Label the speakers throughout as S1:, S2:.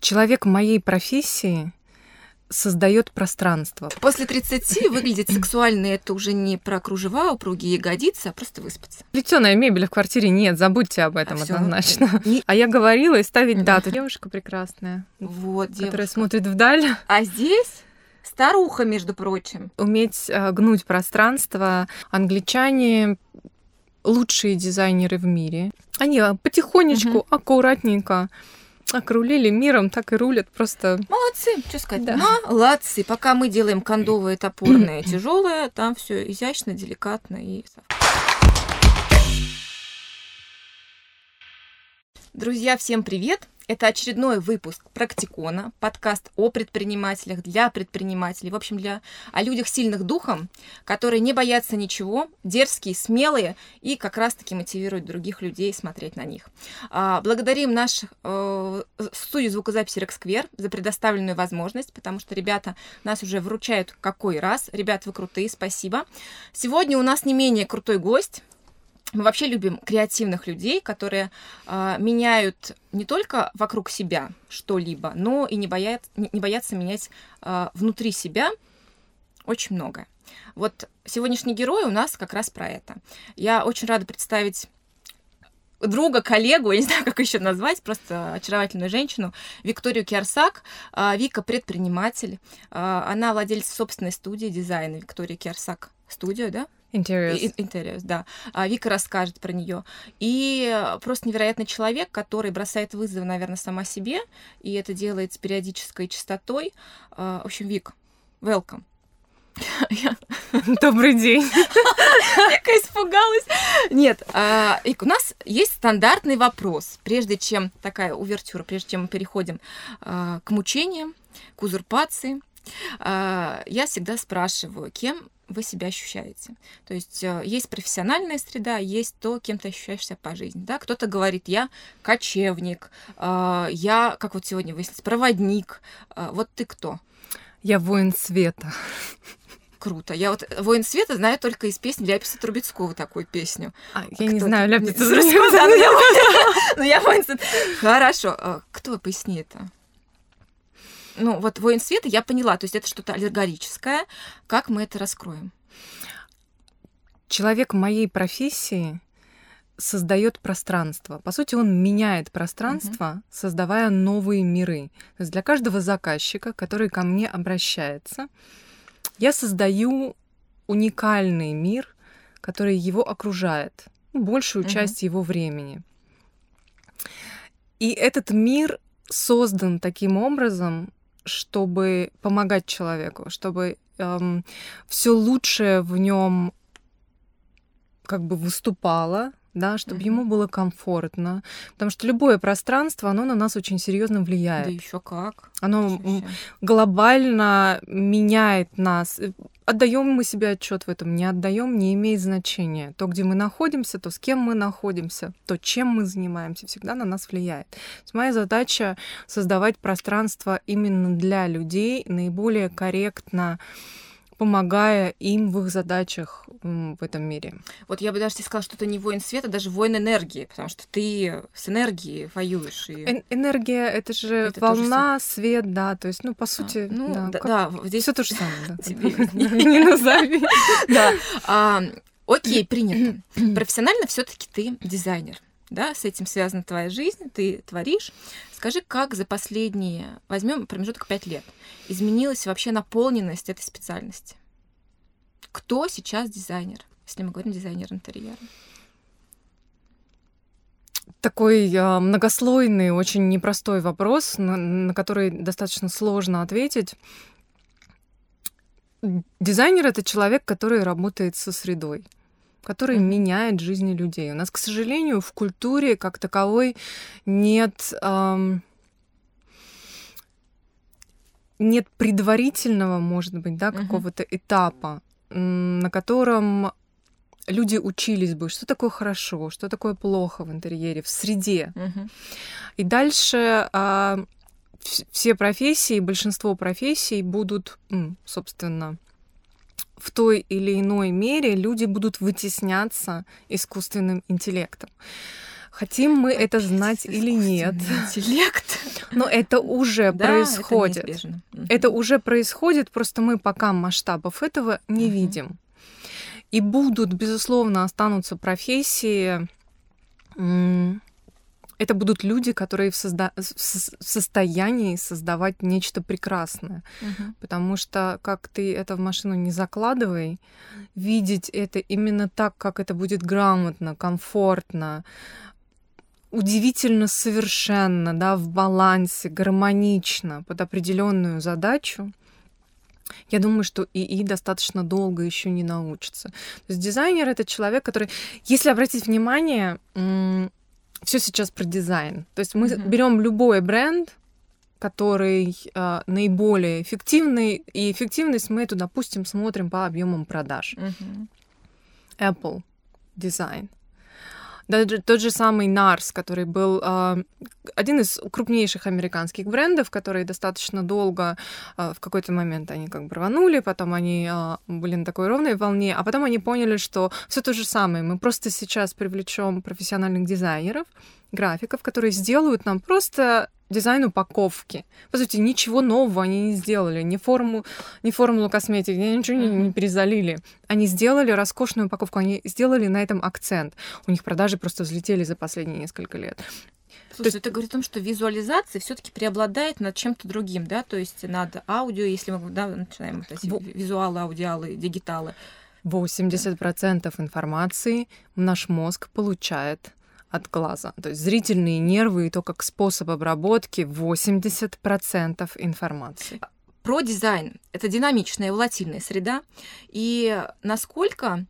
S1: Человек моей профессии создает пространство.
S2: После 30 выглядеть сексуально — это уже не про кружева, упругие ягодицы, а просто выспаться.
S1: Плетёная мебель в квартире нет, забудьте об этом однозначно. А я говорила и ставить дату. Девушка прекрасная,
S2: вот,
S1: которая смотрит вдаль.
S2: А здесь старуха, между прочим.
S1: Уметь гнуть пространство. Англичане лучшие дизайнеры в мире. Они потихонечку, аккуратненько окрулили миром, так и рулят просто.
S2: Молодцы, что сказать.
S1: Да.
S2: Молодцы. Пока мы делаем кондовое, топорное, тяжелое, там все изящно, деликатно и. Друзья, всем привет! Это очередной выпуск «Практикона», подкаст о предпринимателях, для предпринимателей, в общем, о людях сильных духом, которые не боятся ничего, дерзкие, смелые и как раз-таки мотивируют других людей смотреть на них. Благодарим нашу студию звукозаписи «Рексквер» за предоставленную возможность, потому что ребята нас уже вручают какой раз. Ребята, вы крутые, спасибо. Сегодня у нас не менее крутой гость. Мы вообще любим креативных людей, которые меняют не только вокруг себя что-либо, но и не боятся менять внутри себя очень многое. Вот сегодняшний герой у нас как раз про это. Я очень рада представить друга, коллегу, я не знаю, как еще назвать, просто очаровательную женщину, Викторию Киарсак. Вика предприниматель. Она владелица собственной студии дизайна Виктория Киарсак Студио, да? Interiors, да. Вика расскажет про нее. И просто невероятный человек, который бросает вызов, наверное, сама себе, и это делает с периодической частотой. В общем, Вик, welcome.
S1: Добрый день.
S2: Я испугалась. Нет, Вик, у нас есть стандартный вопрос, прежде чем такая увертюра, прежде чем мы переходим к мучениям, к узурпации. Я всегда спрашиваю, кем вы себя ощущаете. То есть есть профессиональная среда, есть то, кем ты ощущаешься по жизни. Да? Кто-то говорит, я кочевник, я, как вот сегодня выяснилось, проводник. Вот ты кто?
S1: Я воин света.
S2: Круто. Я вот «Воин света» знаю только из песни Ляписа Трубецкого, такую песню.
S1: Я не знаю Ляписа Трубецкого.
S2: Но я «Воин света». Хорошо. Кто, поясни это? Ну, вот «Воин света» я поняла, то есть это что-то аллегорическое. Как мы это раскроем?
S1: Человек моей профессии создает пространство. По сути, он меняет пространство, создавая новые миры. То есть для каждого заказчика, который ко мне обращается, я создаю уникальный мир, который его окружает, большую часть его времени. И этот мир создан таким образом, чтобы помогать человеку, чтобы все лучшее в нем как бы выступало, да, чтобы ему было комфортно, потому что любое пространство, оно на нас очень серьезно влияет.
S2: Да еще как.
S1: Оно глобально меняет нас. Отдаем мы себе отчет в этом, не отдаем, не имеет значения. То, где мы находимся, то, с кем мы находимся, то, чем мы занимаемся, всегда на нас влияет. То есть моя задача создавать пространство именно для людей, наиболее корректно помогая им в их задачах в этом мире.
S2: Вот я бы даже тебе сказала, что ты не воин света, даже воин энергии, потому что ты с энергией воюешь. И...
S1: Энергия — это же волна, свет, да, то есть, по сути,
S2: здесь
S1: все то же самое.
S2: Тебе не назови. Да. Окей, принято. Профессионально все-таки ты дизайнер. Да, с этим связана твоя жизнь, ты творишь. Скажи, как за последние, возьмем промежуток 5 лет, изменилась вообще наполненность этой специальности? Кто сейчас дизайнер, если мы говорим дизайнер интерьера?
S1: Такой многослойный, очень непростой вопрос, на который достаточно сложно ответить. Дизайнер — это человек, который работает со средой, который меняет жизни людей. У нас, к сожалению, в культуре как таковой нет предварительного, может быть, да, какого-то этапа, на котором люди учились бы, что такое хорошо, что такое плохо в интерьере, в среде. И дальше все профессии, большинство профессий будут, собственно, в той или иной мере люди будут вытесняться искусственным интеллектом. Хотим мы это знать или нет.
S2: Интеллект.
S1: Но это уже происходит. Это уже происходит, просто мы пока масштабов этого не видим. И будут, безусловно, останутся профессии. Это будут люди, которые в состоянии создавать нечто прекрасное. Потому что, как ты это в машину не закладывай, видеть это именно так, как это будет грамотно, комфортно, удивительно совершенно, да, в балансе, гармонично, под определенную задачу, я думаю, что ИИ достаточно долго еще не научится. То есть дизайнер — это человек, который, если обратить внимание, все сейчас про дизайн. То есть мы берем любой бренд, который наиболее эффективный, и эффективность мы эту, допустим, смотрим по объемам продаж. Apple дизайн. Даже тот же самый NARS, который был один из крупнейших американских брендов, которые достаточно долго, в какой-то момент они как бы рванули, потом они были на такой ровной волне, а потом они поняли, что все то же самое. Мы просто сейчас привлечем профессиональных дизайнеров, графиков, которые сделают нам просто дизайн упаковки. По сути, ничего нового они не сделали, ни формулу косметики, ничего не перезалили. Они сделали роскошную упаковку, они сделали на этом акцент. У них продажи просто взлетели за последние несколько лет.
S2: Слушай, это говорит о том, что визуализация все-таки преобладает над чем-то другим, да, то есть над аудио, если мы начинаем визуалы, аудиалы, дигиталы.
S1: 80% информации наш мозг получает от глаза. То есть зрительные нервы и то, как способ обработки, 80% информации.
S2: Про дизайн. Это динамичная, волатильная среда. И насколько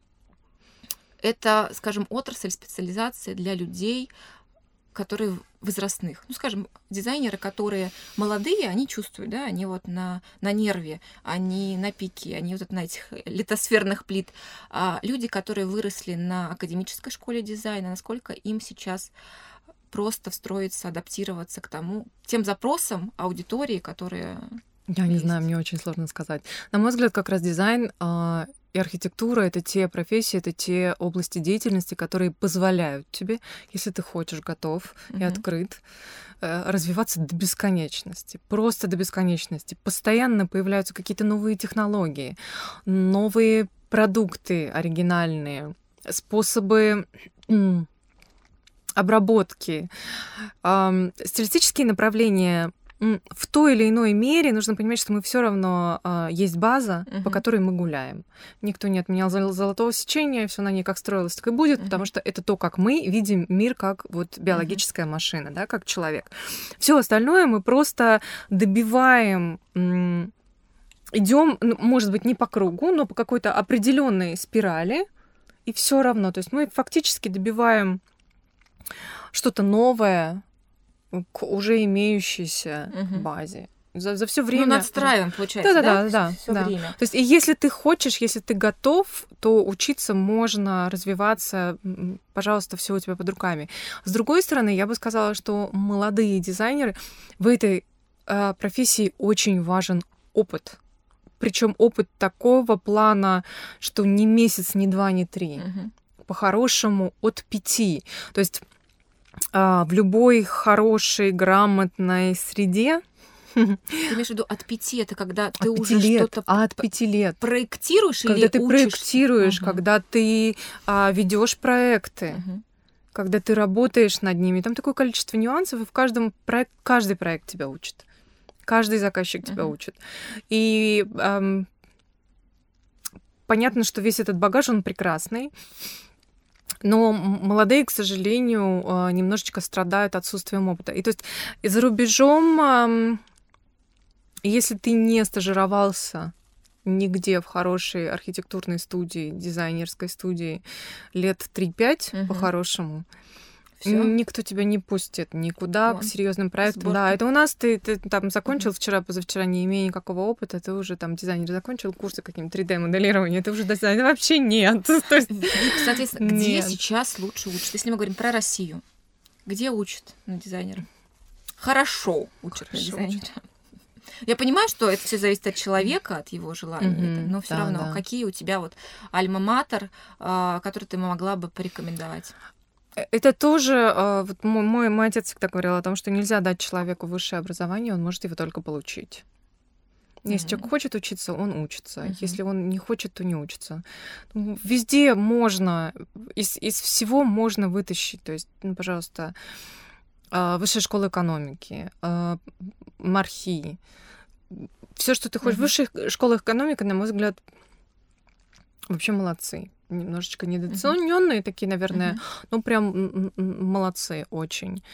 S2: это, скажем, отрасль, специализация для людей, которые возрастных. Ну, скажем, дизайнеры, которые молодые, они чувствуют, да, они вот на нерве, они на пике, они вот на этих литосферных плит. А люди, которые выросли на академической школе дизайна, насколько им сейчас просто встроиться, адаптироваться к тем запросам аудитории, которые...
S1: Я не знаю, мне очень сложно сказать. На мой взгляд, как раз дизайн и архитектура — это те профессии, это те области деятельности, которые позволяют тебе, если ты хочешь, готов и открыт, развиваться до бесконечности, просто до бесконечности. Постоянно появляются какие-то новые технологии, новые продукты оригинальные, способы обработки, стилистические направления. В той или иной мере нужно понимать, что мы все равно есть база, по которой мы гуляем. Никто не отменял золотого сечения, все на ней как строилось, так и будет, потому что это то, как мы видим мир, как вот биологическая машина, да, как человек. Все остальное мы просто добиваем, идем, может быть, не по кругу, но по какой-то определенной спирали, и все равно. То есть мы фактически добиваем что-то новое к уже имеющейся базе. За все время.
S2: Ну, надстраиваем, получается,
S1: да.
S2: Время.
S1: То есть, и если ты хочешь, если ты готов, то учиться можно, развиваться, пожалуйста, все у тебя под руками. С другой стороны, я бы сказала, что молодые дизайнеры, в этой профессии очень важен опыт. Причем опыт такого плана, что не месяц, не два, не три. По-хорошему от 5. То есть в любой хорошей, грамотной среде.
S2: Ты имеешь в виду от 5, это когда ты уже что-то
S1: от 5 лет.
S2: Проектируешь
S1: когда
S2: или
S1: ты
S2: учишься?
S1: Проектируешь, когда ты ведешь проекты, когда ты работаешь над ними. Там такое количество нюансов, и каждый проект тебя учит. Каждый заказчик тебя учит. И понятно, что весь этот багаж, он прекрасный. Но молодые, к сожалению, немножечко страдают отсутствием опыта. И то есть за рубежом, если ты не стажировался нигде в хорошей архитектурной студии, дизайнерской студии лет 3-5 по-хорошему, никто тебя не пустит никуда к серьезным проектам.
S2: Сборки.
S1: Да, это у нас ты там закончил вчера, позавчера, не имея никакого опыта, ты уже там дизайнер закончил курсы каким-то 3D-моделирования, ты уже дизайнер вообще нет.
S2: Соответственно, где сейчас лучше учат? Если мы говорим про Россию, где учат на дизайнера? Хорошо учат на дизайнера. Я понимаю, что это все зависит от человека, от его желания, но все равно, какие у тебя вот альма-матер, который ты могла бы порекомендовать?
S1: Это тоже, вот мой отец всегда говорил о том, что нельзя дать человеку высшее образование, он может его только получить. Если человек хочет учиться, он учится. Если он не хочет, то не учится. Везде можно, из всего можно вытащить. То есть, пожалуйста, высшая школа экономики, МАРХИ, все, что ты хочешь. Высшая школа экономики, на мой взгляд, вообще молодцы. Немножечко недооцененные такие, наверное, ну прям молодцы очень.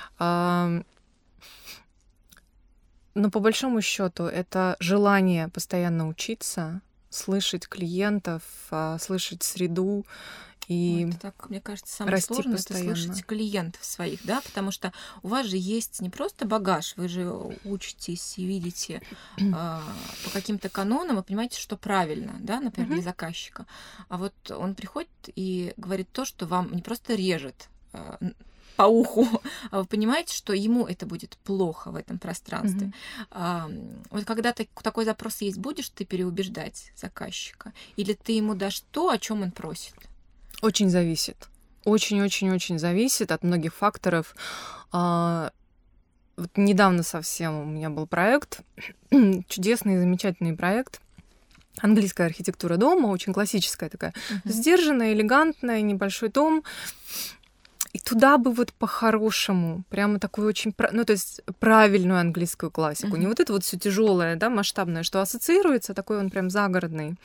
S1: Но по большому счету это желание постоянно учиться, слышать клиентов, слышать среду и
S2: это так, мне кажется, самое сложное — это слышать клиентов своих, да, потому что у вас же есть не просто багаж, вы же учитесь и видите по каким-то канонам и понимаете, что правильно, да, например, для заказчика. А вот он приходит и говорит то, что вам не просто режет по уху, а вы понимаете, что ему это будет плохо в этом пространстве. Вот когда такой запрос есть, будешь ты переубеждать заказчика? Или ты ему дашь то, о чем он просит?
S1: Очень зависит. Очень-очень-очень зависит от многих факторов. Вот недавно совсем у меня был проект, чудесный, замечательный проект. Английская архитектура дома, очень классическая такая, сдержанная, элегантная, небольшой дом. И туда бы вот по-хорошему, прямо такую очень, ну, то есть правильную английскую классику. Не вот это вот все тяжелое, да, масштабное, что ассоциируется, такой он прям загородный,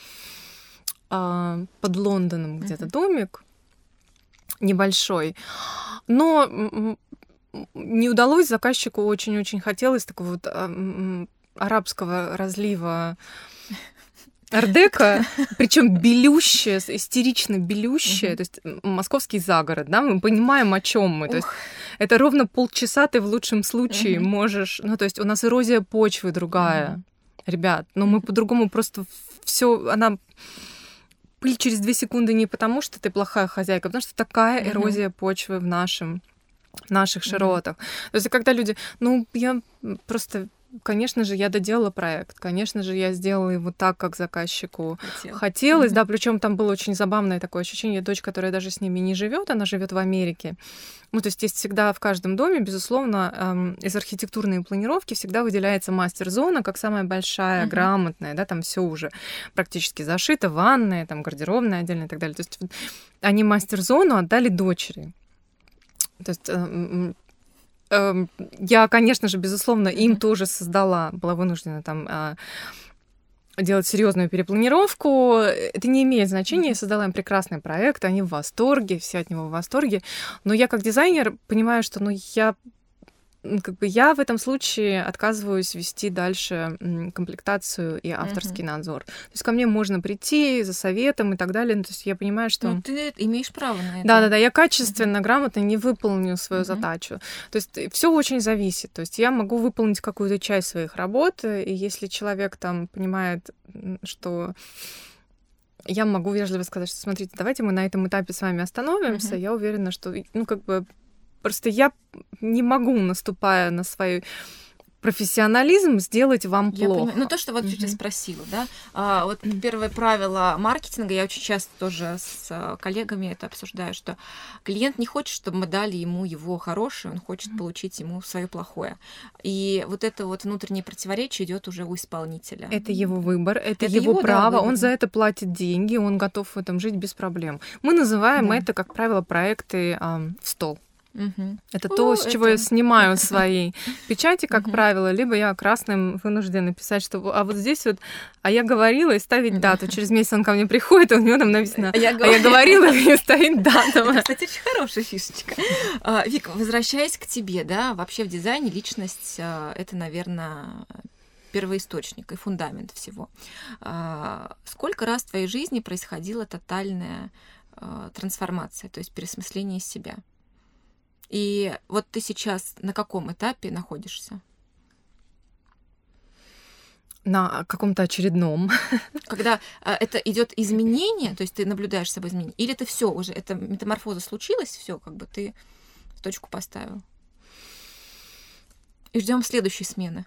S1: под Лондоном где-то домик небольшой. Но не удалось, заказчику очень-очень хотелось такого вот арабского разлива ар-деко, причем белющее, истерично белющее, то есть московский загород, да, мы понимаем, о чем мы. То есть это ровно полчаса ты в лучшем случае можешь, ну, то есть у нас эрозия почвы другая, ребят, но мы по-другому просто все, она пыль через 2 секунды не потому, что ты плохая хозяйка, а потому что такая эрозия почвы в наших широтах. То есть когда люди, ну, я просто... Конечно же, я доделала проект. Конечно же, я сделала его так, как заказчику хотелось. Да, причем там было очень забавное такое ощущение. Дочь, которая даже с ними не живет, она живет в Америке. Ну, то есть всегда в каждом доме, безусловно, из архитектурной планировки всегда выделяется мастер-зона как самая большая, грамотная, да, там все уже практически зашито, ванная, там гардеробная отдельно и так далее. То есть они мастер-зону отдали дочери. То есть я, конечно же, безусловно, им тоже создала, была вынуждена там делать серьезную перепланировку. Это не имеет значения. Я создала им прекрасный проект, они в восторге, все от него в восторге. Но я как дизайнер понимаю, что я в этом случае отказываюсь вести дальше комплектацию и авторский надзор. То есть ко мне можно прийти за советом и так далее. То есть я понимаю, что...
S2: Ну, ты имеешь право на это.
S1: Да-да-да, я качественно, грамотно не выполню свою задачу. То есть все очень зависит. То есть я могу выполнить какую-то часть своих работ, и если человек там понимает, что... Я могу вежливо сказать, что, смотрите, давайте мы на этом этапе с вами остановимся. Я уверена, что, ну, как бы... Просто я не могу, наступая на свой профессионализм, сделать вам плохо.
S2: Понимаю. Ну, то, что вот я тебя спросила, да, вот первое правило маркетинга, я очень часто тоже с коллегами это обсуждаю, что клиент не хочет, чтобы мы дали ему его хорошее, он хочет получить ему свое плохое. И вот это вот внутреннее противоречие идет уже у исполнителя.
S1: Это его выбор, это его право, да, он за это платит деньги, он готов в этом жить без проблем. Мы называем это, как правило, проекты в стол. Это то, с чего я снимаю свои печати, как правило, либо я красным вынуждена писать, что а вот здесь вот, а я говорила, и ставить дату. Через месяц он ко мне приходит, и у него там написано, а я говорила, и стоит дата.
S2: Это, кстати, очень хорошая фишечка. Вика, возвращаясь к тебе, да, вообще в дизайне личность — это, наверное, первоисточник и фундамент всего. Сколько раз в твоей жизни происходила тотальная трансформация, то есть переосмысление себя? И вот ты сейчас на каком этапе находишься?
S1: На каком-то очередном.
S2: Когда это идет изменение, то есть ты наблюдаешь с собой изменения, или это все уже, эта метаморфоза случилась, все, как бы ты в точку поставил? И ждем следующей смены.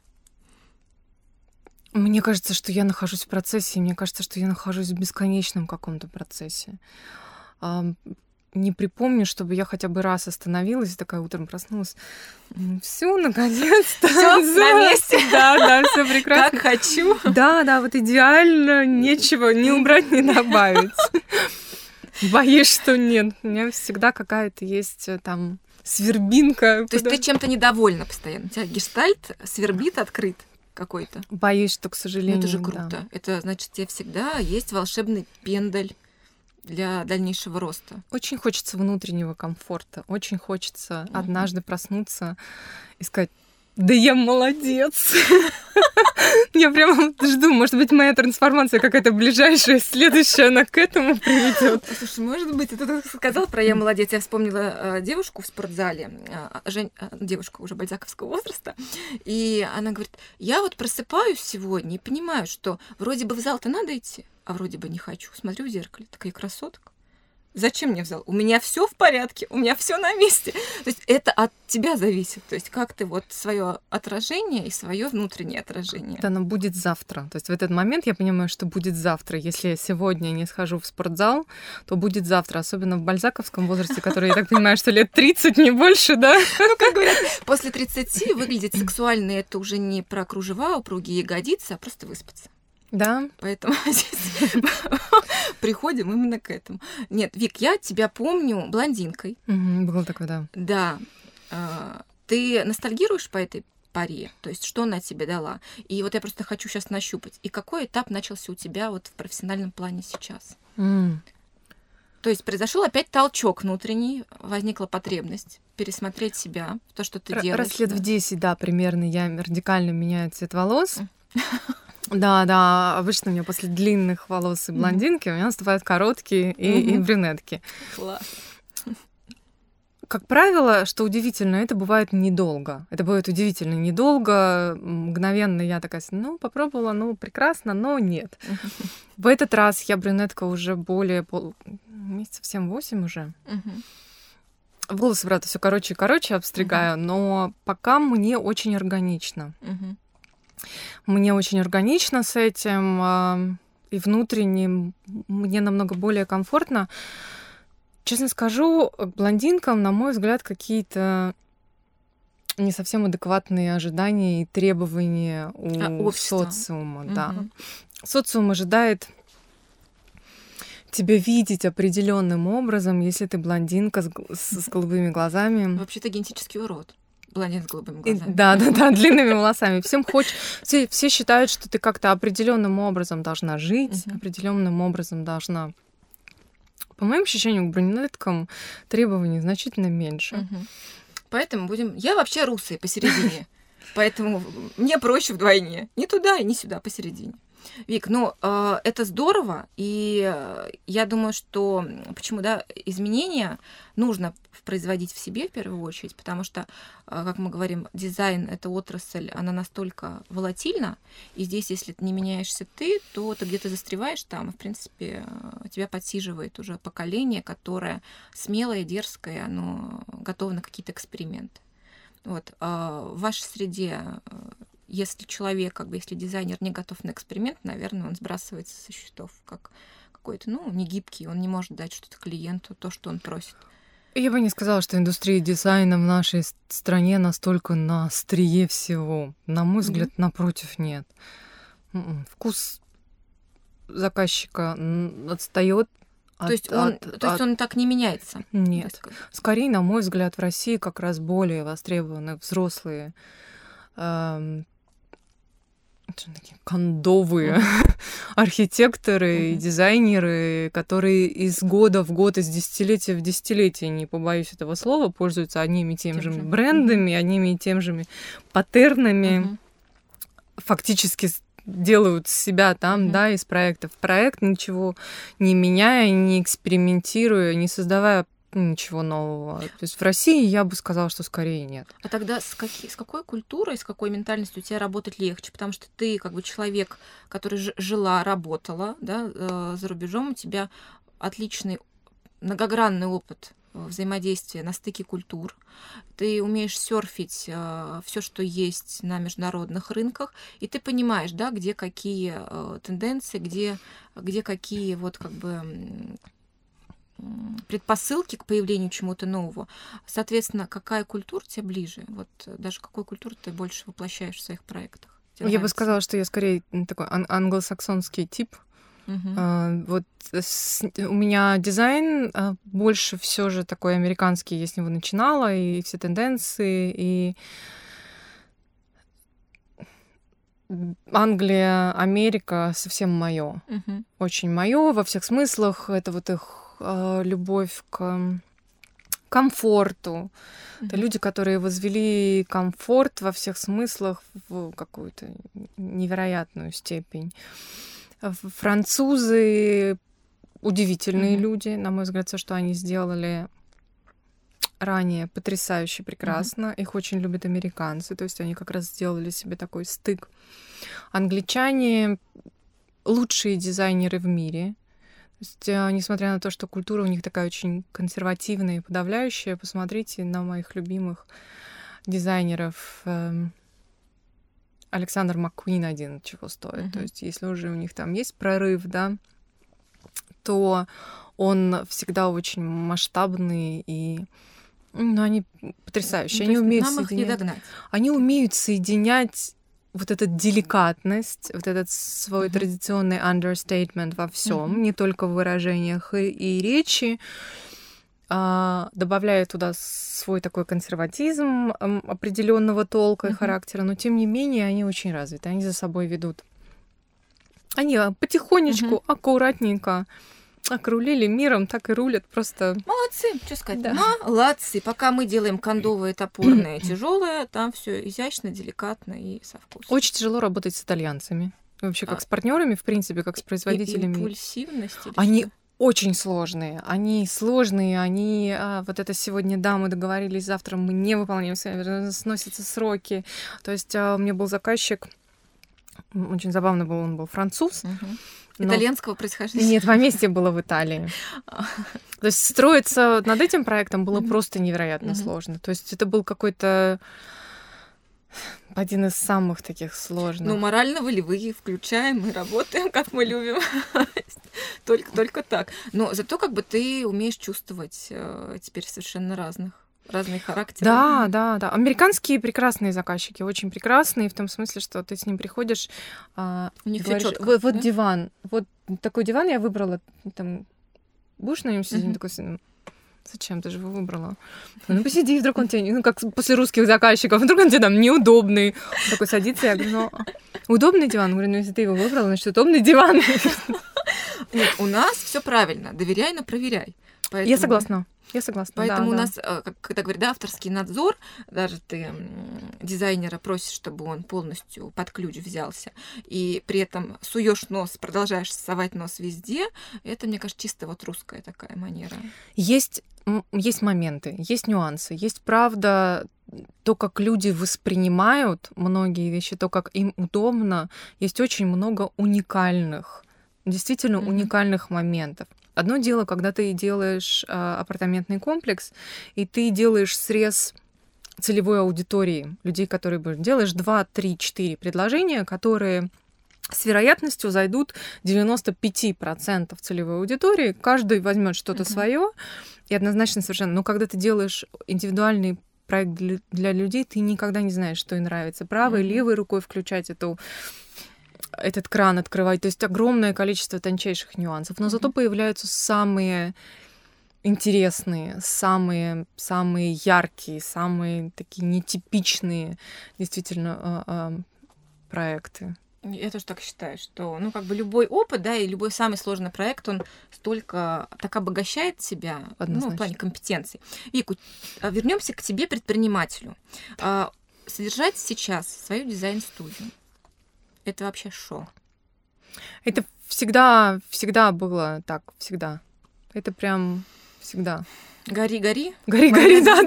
S1: Мне кажется, что я нахожусь в процессе, и мне кажется, что я нахожусь в бесконечном каком-то процессе. не припомню, чтобы я хотя бы раз остановилась, такая утром проснулась. Все, наконец-то.
S2: Все на месте.
S1: Да, все прекрасно.
S2: Как хочу.
S1: Да, вот идеально, нечего ни убрать, ни добавить. Боюсь, что нет. У меня всегда какая-то есть там свербинка.
S2: То есть ты чем-то недовольна постоянно? У тебя гештальт свербит, открыт какой-то?
S1: Боюсь, что, к сожалению,
S2: это же круто.
S1: Да.
S2: Это значит, у тебя всегда есть волшебный пендаль для дальнейшего роста.
S1: Очень хочется внутреннего комфорта. Очень хочется однажды проснуться и сказать: да я молодец. Я прямо жду, может быть, моя трансформация какая-то ближайшая, следующая, она к этому приведет.
S2: Слушай, может быть, ты сказал про «я молодец». Я вспомнила девушку в спортзале, девушка уже бальзаковского возраста, и она говорит: я вот просыпаюсь сегодня и понимаю, что вроде бы в зал-то надо идти, а вроде бы не хочу. Смотрю в зеркале, такая красотка. Зачем мне в зал? У меня все в порядке, у меня все на месте. То есть это от тебя зависит. То есть как ты вот свое отражение и свое внутреннее отражение.
S1: Это оно будет завтра. То есть в этот момент я понимаю, что будет завтра. Если я сегодня не схожу в спортзал, то будет завтра. Особенно в бальзаковском возрасте, который, я так понимаю, что лет 30, не больше, да?
S2: Ну, как говорят, после 30 выглядеть сексуально — это уже не про кружева, упругие ягодицы, а просто выспаться.
S1: Да.
S2: Поэтому здесь приходим именно к этому. Нет, Вик, я тебя помню блондинкой.
S1: Было такое, да.
S2: Да. Ты ностальгируешь по этой паре? То есть что она тебе дала? И вот я просто хочу сейчас нащупать. И какой этап начался у тебя вот в профессиональном плане сейчас? То есть произошел опять толчок внутренний, возникла потребность пересмотреть себя, то, что ты делаешь.
S1: Раз лет в 10, да, примерно, я радикально меняю цвет волос. Да, обычно у меня после длинных волос и блондинки у меня наступают короткие и брюнетки.
S2: Класс.
S1: Как правило, что удивительно, это бывает недолго. Это бывает удивительно недолго. Мгновенно я такая: попробовала, прекрасно, но нет. В этот раз я брюнетка уже более месяцев 7-8 уже. Волосы, правда, все короче и короче обстригаю, но пока мне очень органично. Мне очень органично с этим, и внутренне мне намного более комфортно. Честно скажу, к блондинкам, на мой взгляд, какие-то не совсем адекватные ожидания и требования у социума. Да. Социум ожидает тебя видеть определенным образом, если ты блондинка с голубыми глазами.
S2: Вообще-то генетический урод. Блондин с голубыми глазами.
S1: Да, длинными волосами. Все считают, что ты как-то определенным образом должна жить, определенным образом должна. По моим ощущениям, к брюнеткам требований значительно меньше.
S2: Поэтому я вообще русая посередине. Поэтому мне проще вдвойне. Ни туда, ни сюда, посередине. Вик, это здорово, и я думаю, что изменения нужно производить в себе в первую очередь, потому что, как мы говорим, дизайн — это отрасль, она настолько волатильна, и здесь, если не меняешься ты, то ты где-то застреваешь там, и, в принципе, тебя подсиживает уже поколение, которое смелое, дерзкое, оно готово на какие-то эксперименты. Вот. В вашей среде, если человек, если дизайнер не готов на эксперимент, наверное, он сбрасывается со счетов как какой-то, не гибкий, он не может дать что-то клиенту, то, что он просит.
S1: Я бы не сказала, что индустрия дизайна в нашей стране настолько на острие всего. На мой взгляд, напротив, нет. Вкус заказчика отстает.
S2: То есть он так не меняется?
S1: Нет. Скорее, на мой взгляд, в России как раз более востребованы взрослые такие кондовые архитекторы и дизайнеры, которые из года в год, из десятилетия в десятилетие, не побоюсь этого слова, пользуются одними и теми же брендами, одними и теми же паттернами, фактически делают себя там, из проекта в проект, ничего не меняя, не экспериментируя, не создавая ничего нового. То есть в России я бы сказала, что скорее нет.
S2: А тогда с какой культурой, с какой ментальностью тебе работать легче? Потому что ты человек, который жила, работала, за рубежом, у тебя отличный многогранный опыт взаимодействия на стыке культур. Ты умеешь серфить все, что есть на международных рынках, и ты понимаешь, где какие тенденции, где какие предпосылки к появлению чему-то нового. Соответственно, какая культура тебе ближе? Вот даже какую культуру ты больше воплощаешь в своих проектах?
S1: Я бы сказала, что я скорее такой англосаксонский тип. Вот у меня дизайн больше все же такой американский, я с него начинала, и все тенденции, и Англия, Америка совсем моё. Очень моё во всех смыслах. Это вот их любовь к комфорту. Это люди, которые возвели комфорт во всех смыслах в какую-то невероятную степень. Французы удивительные люди, на мой взгляд, все, что они сделали ранее, потрясающе прекрасно. Их очень любят американцы, то есть они как раз сделали себе такой стык. Англичане лучшие дизайнеры в мире. То есть, несмотря на то, что культура у них такая очень консервативная и подавляющая, посмотрите на моих любимых дизайнеров. Александр Маккуин один чего стоит. То есть, если уже у них там есть прорыв, да, то он всегда очень масштабный, и они потрясающие. Они умеют Они умеют соединять вот эту деликатность, вот этот свой традиционный understatement во всем, не только в выражениях и речи, добавляя туда свой такой консерватизм определенного толка и характера, но тем не менее они очень развиты, они за собой ведут. Они потихонечку, аккуратненько как рулили миром, так и рулят просто.
S2: Молодцы, что сказать. Да. Молодцы. Пока мы делаем кондовые, топорные, тяжелые, там все изящно, деликатно и со вкусом.
S1: Очень тяжело работать с итальянцами. Вообще, как с партнерами, в принципе, как с производителями.
S2: Импульсивность или
S1: они
S2: что?
S1: Очень сложные, они сложные, они вот это сегодня, да, мы договорились, завтра мы не выполняем, сносятся сроки. То есть у меня был заказчик, очень забавно был, он был француз.
S2: Итальянского происхождения?
S1: Нет, поместье было в Италии. То есть строиться над этим проектом было просто невероятно сложно. То есть это был какой-то один из самых таких сложных.
S2: Ну, морально-волевые включаем и работаем, как мы любим. Только так. Но зато как бы ты умеешь чувствовать теперь совершенно разные характеры.
S1: Да. Американские прекрасные заказчики, очень прекрасные, в том смысле, что ты с ним приходишь,
S2: у них
S1: говоришь,
S2: чётко,
S1: вот
S2: да?
S1: диван, вот такой диван я выбрала, там, будешь на нем сидеть? Он такой, зачем ты же его выбрала? Ну, посиди, вдруг он тебе, ну, как после русских заказчиков, вдруг он тебе там неудобный. Он такой садится, я говорю, удобный диван? Я говорю, если ты его выбрала, значит, удобный диван.
S2: Нет, у нас все правильно. Доверяй, но проверяй.
S1: Поэтому... Я согласна.
S2: Поэтому у нас, когда говорят, авторский надзор, даже ты дизайнера просишь, чтобы он полностью под ключ взялся, и при этом суешь нос, продолжаешь совать нос везде, это, мне кажется, чисто вот русская такая манера.
S1: Есть моменты, есть нюансы, есть правда то, как люди воспринимают многие вещи, то, как им удобно, есть очень много уникальных, действительно уникальных моментов. Одно дело, когда ты делаешь апартаментный комплекс, и ты делаешь срез целевой аудитории, людей, которые делаешь 2, 3, 4 предложения, которые с вероятностью зайдут 95% целевой аудитории, каждый возьмет что-то свое, и однозначно совершенно. Но когда ты делаешь индивидуальный проект для людей, ты никогда не знаешь, что им нравится. Правой, левой рукой включать этот кран открывать. То есть огромное количество тончайших нюансов. Но зато появляются самые интересные, самые яркие, самые такие нетипичные действительно проекты.
S2: Я тоже так считаю, что, как бы любой опыт, да, и любой самый сложный проект, он так обогащает тебя, в плане компетенций. Вику, вернемся к тебе, предпринимателю. Содержать сейчас свою дизайн-студию. Это вообще шо?
S1: Это всегда было так, всегда. Это прям всегда.
S2: Гори.
S1: Гори, да.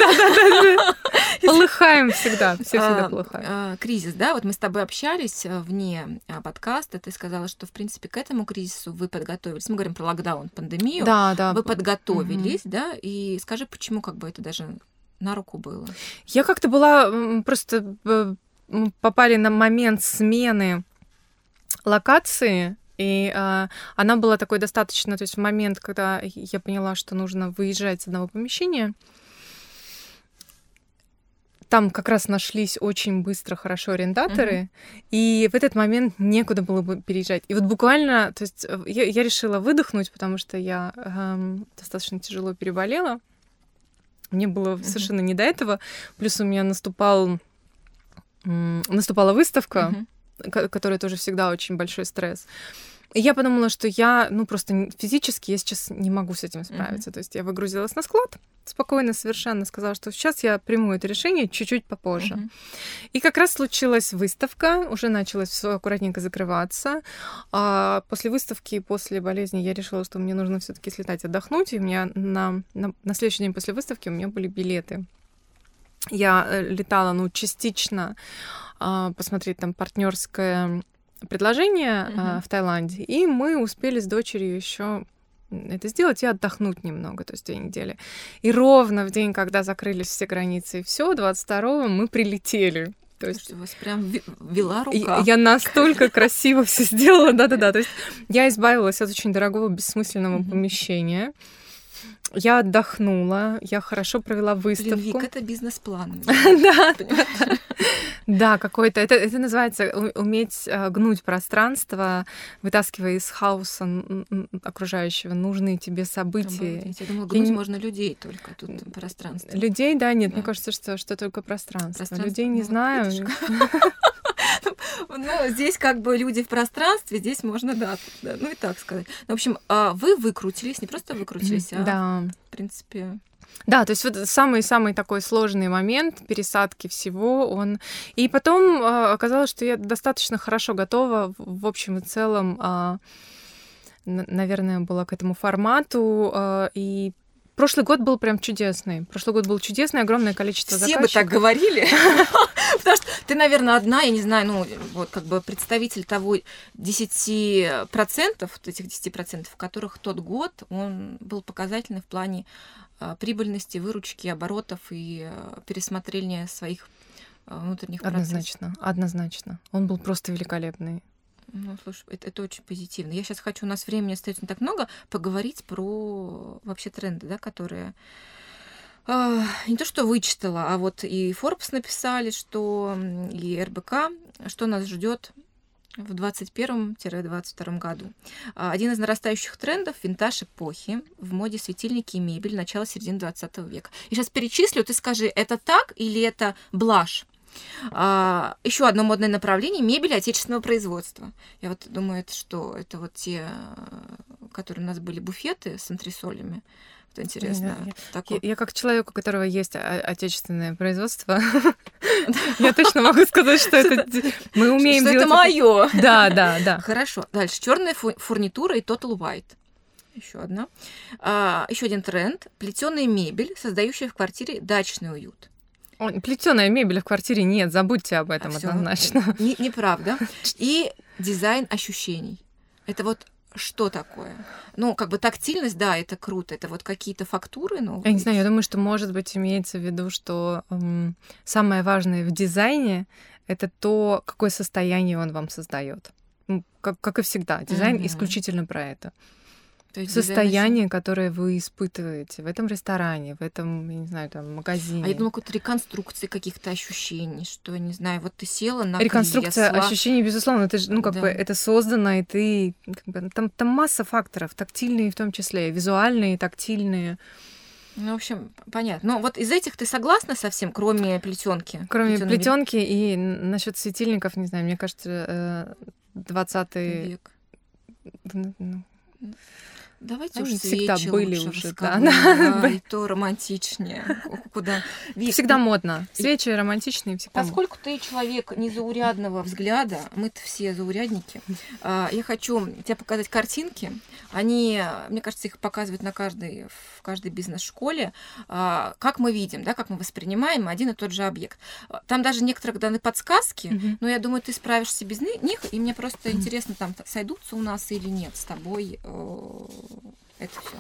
S1: Полыхаем всегда, все всегда полыхаем.
S2: Кризис, да, вот мы с тобой общались вне подкаста, ты сказала, что, в принципе, к этому кризису вы подготовились. Мы говорим про локдаун, пандемию.
S1: Да.
S2: Вы подготовились, да, и скажи, почему как бы это даже на руку было?
S1: Я как-то была просто... попали на момент смены локации И она была такой достаточно, то есть в момент, когда я поняла, что нужно выезжать с одного помещения, там как раз нашлись очень быстро хорошо арендаторы, и в этот момент некуда было бы переезжать. И вот буквально, то есть я решила выдохнуть, потому что я достаточно тяжело переболела. Мне было совершенно не до этого. Плюс у меня наступала выставка, которая тоже всегда очень большой стресс. И я подумала, что я, просто физически я сейчас не могу с этим справиться. То есть я выгрузилась на склад, спокойно совершенно сказала, что сейчас я приму это решение чуть-чуть попозже. И как раз случилась выставка, уже началось все аккуратненько закрываться. А после выставки, после болезни я решила, что мне нужно все-таки слетать отдохнуть. И у меня на следующий день после выставки у меня были билеты. Я летала, частично посмотреть там партнерское предложение в Таиланде, и мы успели с дочерью еще это сделать и отдохнуть немного, то есть 2 недели. И ровно в день, когда закрылись все границы, и все, 22-го мы прилетели. То есть
S2: у вас прям вела рука.
S1: Я настолько красиво все сделала, да-да-да. То есть я избавилась от очень дорогого бессмысленного помещения. Я отдохнула, я хорошо провела выставку.
S2: Блин, Вик, это бизнес-план.
S1: Да. Да, какой-то. Это называется уметь гнуть пространство, вытаскивая из хаоса окружающего нужные тебе события.
S2: Я думала, гнуть можно людей только, тут пространство.
S1: Людей, да, нет, мне кажется, что только пространство. Людей не знаю.
S2: Здесь как бы люди в пространстве, здесь можно, да, и так сказать. В общем, вы выкрутились, не просто выкрутились, а, в принципе...
S1: Да, то есть вот самый такой сложный момент пересадки всего, он... И потом оказалось, что я достаточно хорошо готова, в общем и целом, наверное, была к этому формату, и прошлый год был прям чудесный. Огромное количество заказчиков.
S2: Все бы так говорили. Потому что ты, наверное, одна, я не знаю, представитель того 10%, этих 10%, в которых тот год, он был показательный в плане прибыльности, выручки, оборотов и пересмотрения своих внутренних процессов.
S1: Однозначно. Он был просто великолепный.
S2: Слушай, это очень позитивно. Я сейчас хочу, у нас времени остается не так много, поговорить про вообще тренды, да, которые не то что вычитала, а вот и Forbes написали, что и РБК, что нас ждет в 2021-2022 году. Один из нарастающих трендов — винтаж эпохи, в моде светильники и мебель начала-середины 20 века. И сейчас перечислю, ты скажи, это так или это блажь? Еще одно модное направление — мебель отечественного производства. Я вот думаю, что это вот те, которые у нас были буфеты с антресолями. Это интересно.
S1: Я как человек, у которого есть отечественное производство, я точно могу сказать, что это мы умеем делать.
S2: Что это моё.
S1: Да.
S2: Хорошо. Дальше. Черная фурнитура и Total White. Еще одна. Еще один тренд — плетеная мебель, создающая в квартире дачный уют.
S1: Плетеная мебель в квартире нет, забудьте об этом однозначно.
S2: Неправда. И дизайн ощущений. Это вот что такое? Тактильность, да, это круто. Это вот какие-то фактуры новые.
S1: Я не знаю, я думаю, что, может быть, имеется в виду, что самое важное в дизайне — это то, какое состояние он вам создает. Как и всегда, дизайн исключительно про это. То есть состояние, которое вы испытываете в этом ресторане, в этом, я не знаю, там, магазине.
S2: А я думала, какой-то реконструкции каких-то ощущений, что, не знаю, вот ты села на
S1: реконструкция
S2: кресло.
S1: Ощущений, безусловно, это же, бы это создано, и ты, там масса факторов, тактильные в том числе, визуальные, тактильные.
S2: В общем, понятно. Но вот из этих ты согласна совсем, кроме плетенки?
S1: Кроме плетенки и насчет светильников, не знаю, мне кажется, 20
S2: век. Давайте
S1: они
S2: уж
S1: всегда
S2: свечи
S1: были
S2: лучше
S1: уже,
S2: и то романтичнее. Куда?
S1: Всегда модно. Свечи романтичные всегда.
S2: Поскольку ты человек незаурядного взгляда, мы-то все заурядники, я хочу тебе показать картинки. Они, мне кажется, их показывают в каждой бизнес-школе. Как мы видим, да, как мы воспринимаем один и тот же объект. Там даже некоторые даны подсказки, но я думаю, ты справишься без них, и мне просто интересно, там сойдутся у нас или нет с тобой это все.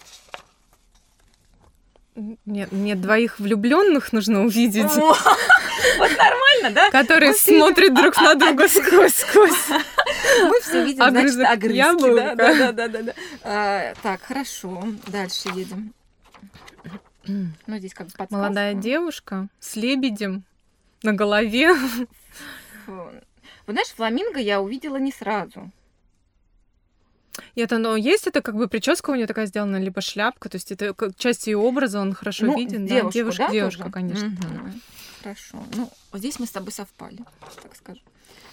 S1: Нет, мне 2 влюбленных нужно увидеть.
S2: Вот нормально, да?
S1: Которые смотрят друг на друга сквозь.
S2: Мы все видим, значит, огрызки.
S1: Яблоко.
S2: Да. Так, хорошо. Дальше едем. Ну, здесь как бы подсказка.
S1: Молодая девушка с лебедем на голове.
S2: Вот знаешь, фламинго я увидела не сразу.
S1: Но есть это как бы прическа у нее такая сделана, либо шляпка, то есть это как часть ее образа, он хорошо виден.
S2: Девушка,
S1: девушка, конечно.
S2: Хорошо. Ну, здесь мы с тобой совпали, так скажем.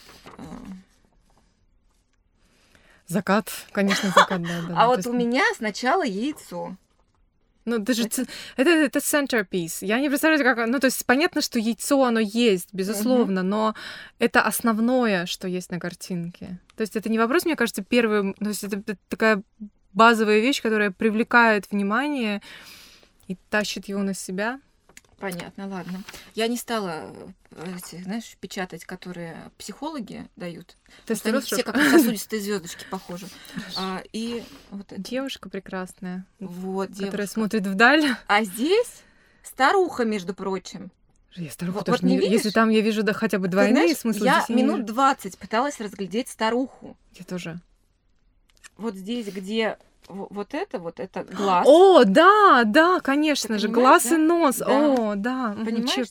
S1: Закат, конечно, закат, да.
S2: А вот у меня сначала яйцо.
S1: Ну, даже это centerpiece. Я не представляю, как... Ну, то есть понятно, что яйцо, оно есть, безусловно, но это основное, что есть на картинке. То есть это не вопрос, мне кажется, первый... То есть это такая базовая вещь, которая привлекает внимание и тащит его на себя.
S2: Понятно, ладно. Я не стала, знаешь, печатать, которые психологи дают. То есть они все как сосудистые звездочки похожи. И вот это.
S1: Девушка прекрасная.
S2: Вот,
S1: которая смотрит вдаль.
S2: А здесь старуха, между прочим.
S1: Я старуху тоже не вижу. Если там я вижу хотя бы двойные смыслы.
S2: Я минут 20 пыталась разглядеть старуху.
S1: Я тоже.
S2: Вот здесь, где... Вот это глаз.
S1: О, да, конечно же, глаз и нос.
S2: Да.
S1: О, да.
S2: Понимаешь?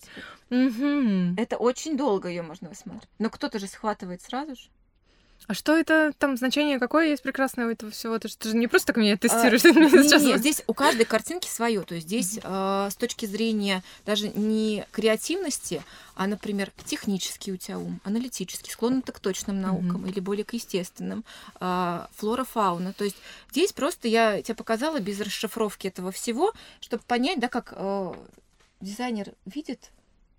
S1: Угу.
S2: Это очень долго ее можно высматривать. Но кто-то же схватывает сразу же.
S1: А что это там значение какое есть прекрасное у этого всего? Ты же не просто так меня тестируешь.
S2: Нет, здесь у каждой картинки свое. То есть здесь с точки зрения даже не креативности, а, например, технический у тебя ум, аналитический, склонный к точным наукам или более к естественным, флора, фауна. То есть здесь просто я тебе показала без расшифровки этого всего, чтобы понять, да, как дизайнер видит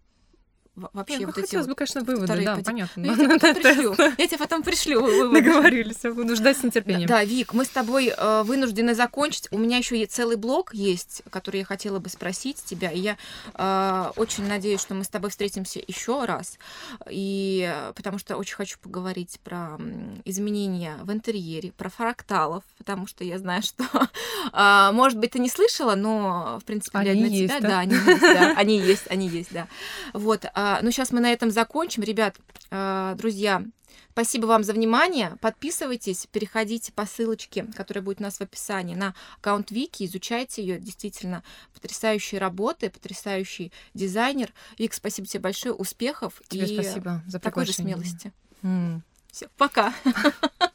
S2: вообще вот
S1: хотелось бы, конечно, выводы, да, понятно.
S2: Я тебе потом пришлю выводы.
S1: Договорились, я буду ждать с нетерпением.
S2: Да, Вик, мы с тобой вынуждены закончить. У меня еще целый блок есть, который я хотела бы спросить тебя. И я очень надеюсь, что мы с тобой встретимся еще раз. И потому что очень хочу поговорить про изменения в интерьере, про фракталов, потому что я знаю, что, может быть, ты не слышала, но, в принципе, глядя на тебя, да, они есть, да. Вот. Ну, сейчас мы на этом закончим. Ребят, друзья, спасибо вам за внимание. Подписывайтесь, переходите по ссылочке, которая будет у нас в описании, на аккаунт Вики, изучайте ее. Действительно, потрясающие работы, потрясающий дизайнер. Вик, спасибо тебе большое, успехов
S1: тебе спасибо за
S2: такой же
S1: приглашение.
S2: смелости. Все, пока.